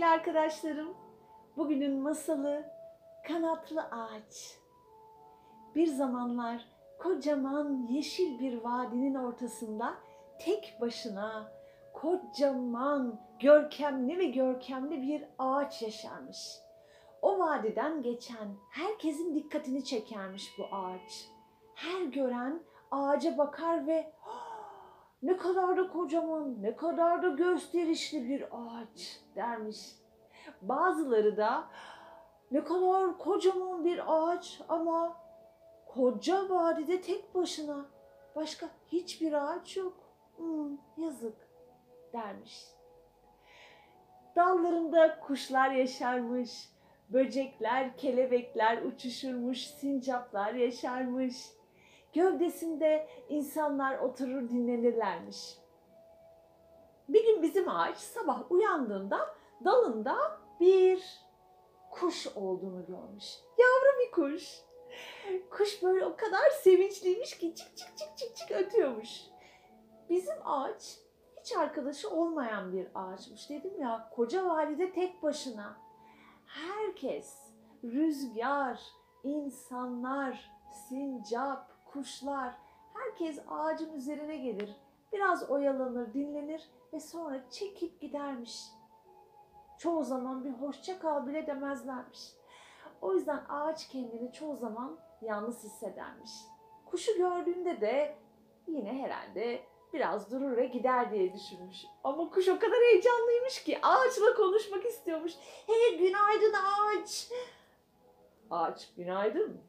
sevgili arkadaşlarım. Bugünün masalı Kanatlı Ağaç. Bir zamanlar kocaman yeşil bir vadinin ortasında tek başına kocaman görkemli ve görkemli bir ağaç yaşarmış. O vadiden geçen herkesin dikkatini çekermiş bu ağaç. Her gören ağaca bakar ve ne kadar da kocaman, ne kadar da gösterişli bir ağaç dermiş. Bazıları da ne kadar kocaman bir ağaç ama koca vadide tek başına, başka hiçbir ağaç yok. Yazık dermiş. Dallarında kuşlar yaşarmış, böcekler, kelebekler uçuşurmuş, sincaplar yaşarmış. Gövdesinde insanlar oturur dinlenirlermiş. Bir gün bizim ağaç sabah uyandığında dalında bir kuş olduğunu görmüş. Yavru bir kuş. Kuş böyle o kadar sevinçliymiş ki çık çık çık çık çık ötüyormuş. Bizim ağaç hiç arkadaşı olmayan bir ağaçmış. Dedim ya, koca vadide tek başına. Herkes, rüzgar, insanlar, sincap, kuşlar, herkes ağacın üzerine gelir. Biraz oyalanır, dinlenir ve sonra çekip gidermiş. Çoğu zaman bir hoşça kal bile demezlermiş. O yüzden ağaç kendini çoğu zaman yalnız hissedermiş. Kuşu gördüğünde de yine herhalde biraz durur ve gider diye düşünmüş. Ama kuş o kadar heyecanlıymış ki ağaçla konuşmak istiyormuş. Hey, günaydın ağaç. Ağaç, günaydın.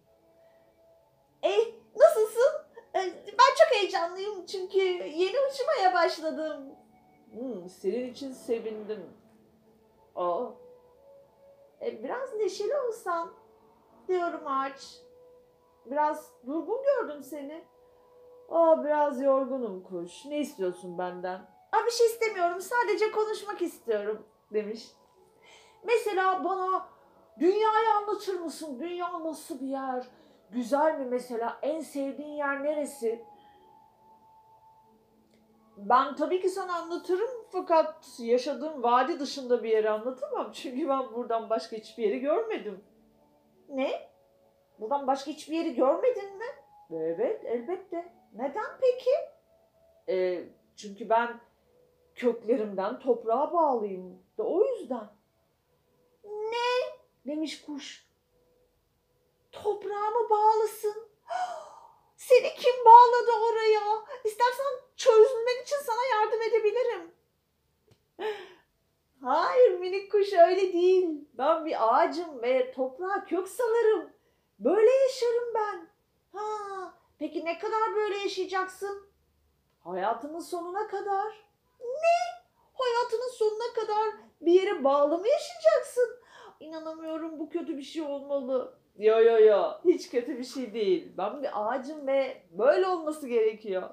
Nasılsın? Ben çok heyecanlıyım çünkü yeni uçmaya başladım. Senin için sevindim. Biraz neşeli olsan diyorum ağaç. Biraz durgun gördüm seni. Biraz yorgunum kuş. Ne istiyorsun benden? Bir şey istemiyorum. Sadece konuşmak istiyorum demiş. Mesela bana dünyayı anlatır mısın? Dünya nasıl bir yer? Güzel mi mesela? En sevdiğin yer neresi? Ben tabii ki sana anlatırım fakat yaşadığım vadi dışında bir yeri anlatamam. Çünkü ben buradan başka hiçbir yeri görmedim. Ne? Buradan başka hiçbir yeri görmedin mi? Evet, elbette. Neden peki? Çünkü ben köklerimden toprağa bağlıyım da o yüzden. Ne? Demiş kuş. Toprağa mı bağlısın? Seni kim bağladı oraya? İstersen çözülmen için sana yardım edebilirim. Hayır minik kuş, öyle değil. Ben bir ağacım ve toprağa kök salarım. Böyle yaşarım ben. Peki ne kadar böyle yaşayacaksın? Hayatının sonuna kadar. Ne? Hayatının sonuna kadar bir yere bağlı mı yaşayacaksın? İnanamıyorum, bu kötü bir şey olmalı. Yo. Hiç kötü bir şey değil. Ben bir ağacım ve böyle olması gerekiyor.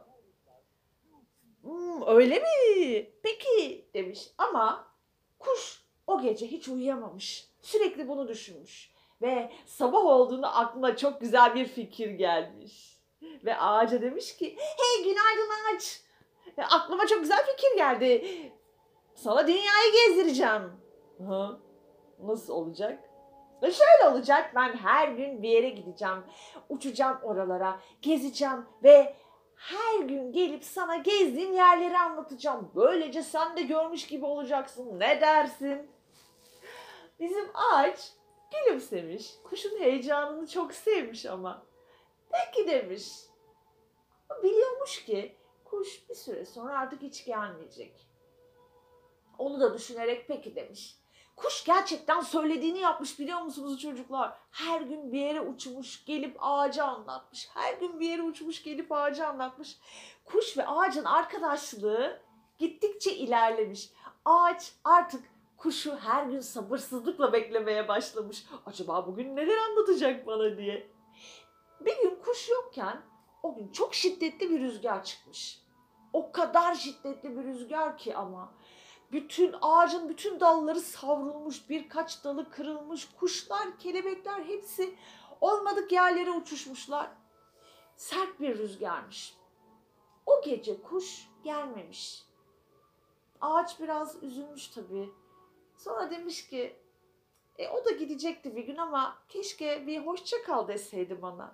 Öyle mi? Peki demiş ama kuş o gece hiç uyuyamamış. Sürekli bunu düşünmüş. Ve sabah olduğunda aklına çok güzel bir fikir gelmiş. Ve ağaca demiş ki, hey günaydın ağaç. Aklıma çok güzel fikir geldi. Sana dünyayı gezdireceğim. Nasıl olacak? Şöyle olacak, ben her gün bir yere gideceğim. Uçacağım oralara, gezeceğim ve her gün gelip sana gezdiğim yerleri anlatacağım. Böylece sen de görmüş gibi olacaksın. Ne dersin? Bizim ağaç gülümsemiş. Kuşun heyecanını çok sevmiş ama. Peki demiş. Biliyormuş ki kuş bir süre sonra artık hiç gelmeyecek. Onu da düşünerek peki demiş. Kuş gerçekten söylediğini yapmış, biliyor musunuz çocuklar? Her gün bir yere uçmuş, gelip ağaca anlatmış. Her gün bir yere uçmuş, gelip ağaca anlatmış. Kuş ve ağacın arkadaşlığı gittikçe ilerlemiş. Ağaç artık kuşu her gün sabırsızlıkla beklemeye başlamış. Acaba bugün neler anlatacak bana diye. Bir gün kuş yokken o gün çok şiddetli bir rüzgar çıkmış. O kadar şiddetli bir rüzgar ki ama bütün ağacın bütün dalları savrulmuş, birkaç dalı kırılmış, kuşlar, kelebekler hepsi olmadık yerlere uçuşmuşlar. Sert bir rüzgarmış. O gece kuş gelmemiş. Ağaç biraz üzülmüş tabii. Sonra demiş ki o da gidecekti bir gün ama keşke bir hoşça kal deseydi bana.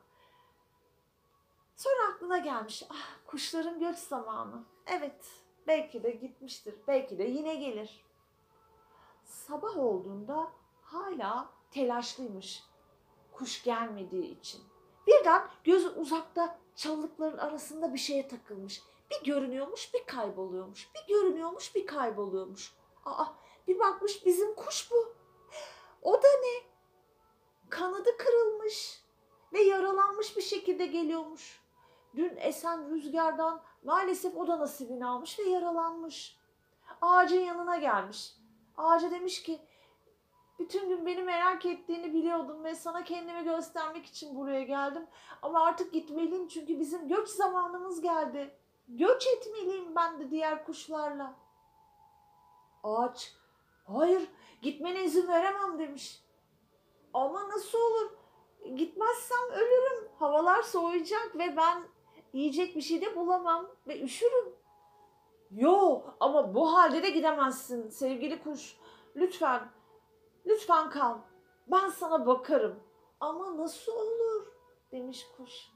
Sonra aklına gelmiş, ah, kuşların göç zamanı. Evet, belki de gitmiştir, belki de yine gelir. Sabah olduğunda hala telaşlıymış kuş gelmediği için. Birden gözü uzakta çalılıkların arasında bir şeye takılmış. Bir görünüyormuş, bir kayboluyormuş. Bir görünüyormuş, bir kayboluyormuş. Aa, bir bakmış bizim kuş bu. O da ne? Kanadı kırılmış ve yaralanmış bir şekilde geliyormuş. Dün esen rüzgardan maalesef o da nasibini almış ve yaralanmış. Ağacın yanına gelmiş. Ağaca demiş ki, bütün gün beni merak ettiğini biliyordum ve sana kendimi göstermek için buraya geldim. Ama artık gitmeliyim çünkü bizim göç zamanımız geldi. Göç etmeliyim ben de diğer kuşlarla. Ağaç, hayır, gitmene izin veremem demiş. Ama nasıl olur? Gitmezsem ölürüm. Havalar soğuyacak ve ben yiyecek bir şey de bulamam ve üşürüm. Yo, ama bu halde de gidemezsin sevgili kuş. Lütfen, lütfen kal. Ben sana bakarım. Ama nasıl olur? Demiş kuş.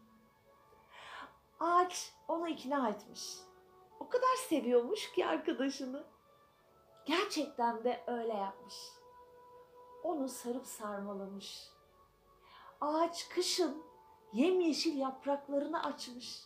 Ağaç onu ikna etmiş. O kadar seviyormuş ki arkadaşını. Gerçekten de öyle yapmış. Onu sarıp sarmalamış. Ağaç kışın yemyeşil yapraklarını açmış.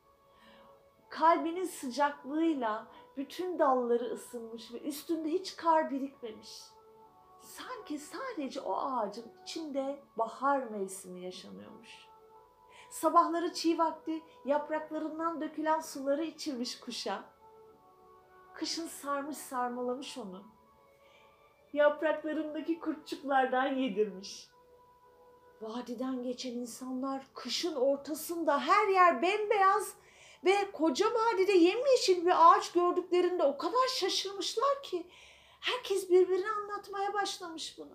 Kalbinin sıcaklığıyla bütün dalları ısınmış ve üstünde hiç kar birikmemiş. Sanki sadece o ağacın içinde bahar mevsimi yaşanıyormuş. Sabahları çiğ vakti yapraklarından dökülen suları içirmiş kuşa. Kışın sarmış sarmalamış onu. Yapraklarındaki kurtçuklardan yedirmiş. Vadiden geçen insanlar kışın ortasında her yer bembeyaz ve koca vadide yemyeşil bir ağaç gördüklerinde o kadar şaşırmışlar ki herkes birbirine anlatmaya başlamış bunu.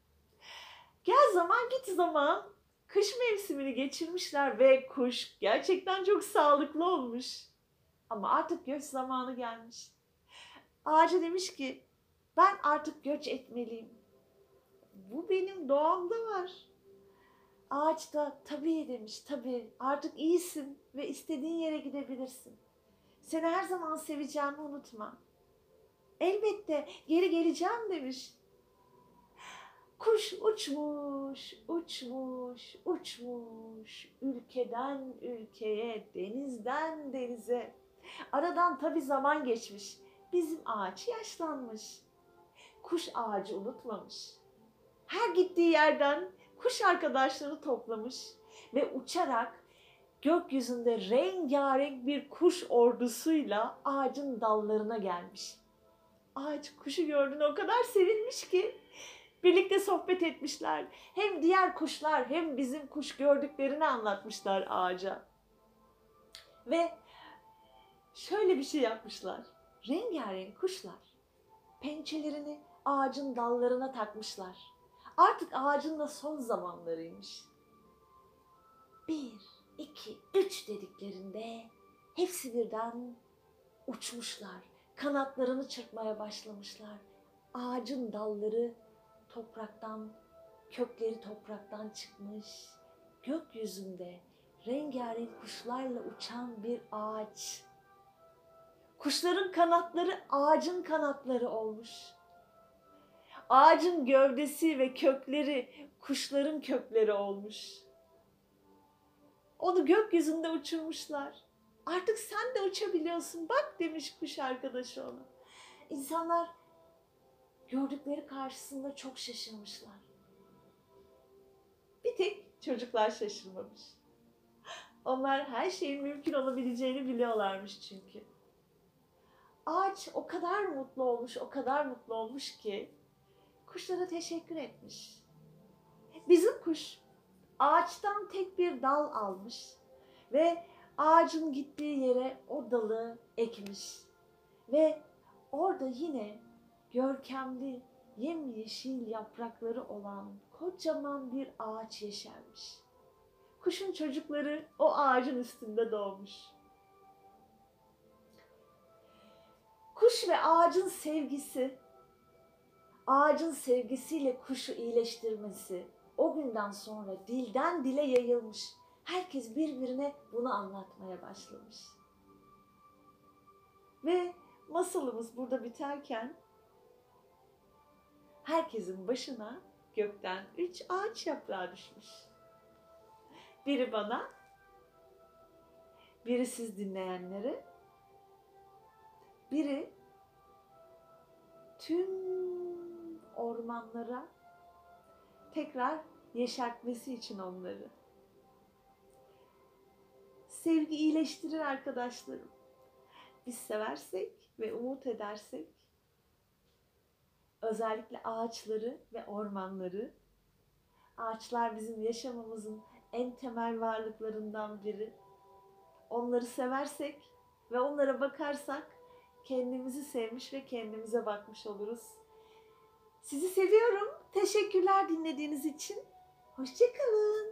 Gel zaman git zaman kış mevsimini geçirmişler ve kuş gerçekten çok sağlıklı olmuş. Ama artık göç zamanı gelmiş. Ağaca demiş ki ben artık göç etmeliyim. Bu benim doğamda var. Ağaç da tabii demiş, tabii artık iyisin ve istediğin yere gidebilirsin. Seni her zaman seveceğimi unutma. Elbette geri geleceğim demiş. Kuş uçmuş, uçmuş, uçmuş, ülkeden ülkeye, denizden denize. Aradan tabii zaman geçmiş. Bizim ağaç yaşlanmış. Kuş ağacı unutmamış. Her gittiği yerden kuş arkadaşlarını toplamış ve uçarak gökyüzünde rengarenk bir kuş ordusuyla ağacın dallarına gelmiş. Ağaç kuşu gördüğüne o kadar sevinmiş ki birlikte sohbet etmişler. Hem diğer kuşlar hem bizim kuş gördüklerini anlatmışlar ağaca. Ve şöyle bir şey yapmışlar. Rengarenk kuşlar pençelerini ağacın dallarına takmışlar. Artık ağacın da son zamanlarıymış. 1, 2, 3 dediklerinde hepsi birden uçmuşlar. Kanatlarını çırpmaya başlamışlar. Ağacın dalları topraktan, kökleri topraktan çıkmış. Gökyüzünde rengarenk kuşlarla uçan bir ağaç. Kuşların kanatları ağacın kanatları olmuş. Ağacın gövdesi ve kökleri kuşların kökleri olmuş. Onu gökyüzünde uçurmuşlar. Artık sen de uçabiliyorsun bak demiş kuş arkadaşı ona. İnsanlar gördükleri karşısında çok şaşırmışlar. Bir tek çocuklar şaşırmamış. Onlar her şeyin mümkün olabileceğini biliyorlarmış çünkü. Ağaç o kadar mutlu olmuş, o kadar mutlu olmuş ki kuşlara teşekkür etmiş. Bizim kuş ağaçtan tek bir dal almış ve ağacın gittiği yere o dalı ekmiş. Ve orada yine görkemli, yemyeşil yaprakları olan kocaman bir ağaç yeşermiş. Kuşun çocukları o ağacın üstünde doğmuş. Kuş ve ağacın sevgisi ağacın sevgisiyle kuşu iyileştirmesi o günden sonra dilden dile yayılmış. Herkes birbirine bunu anlatmaya başlamış. Ve masalımız burada biterken herkesin başına gökten 3 ağaç yaprağı düşmüş. Biri bana, biri siz dinleyenlere, biri tüm ormanlara tekrar yeşertmesi için onları. Sevgi iyileştirir arkadaşlarım. Biz seversek ve umut edersek, özellikle ağaçları ve ormanları, ağaçlar bizim yaşamımızın en temel varlıklarından biri. Onları seversek ve onlara bakarsak kendimizi sevmiş ve kendimize bakmış oluruz. Sizi seviyorum. Teşekkürler dinlediğiniz için. Hoşça kalın.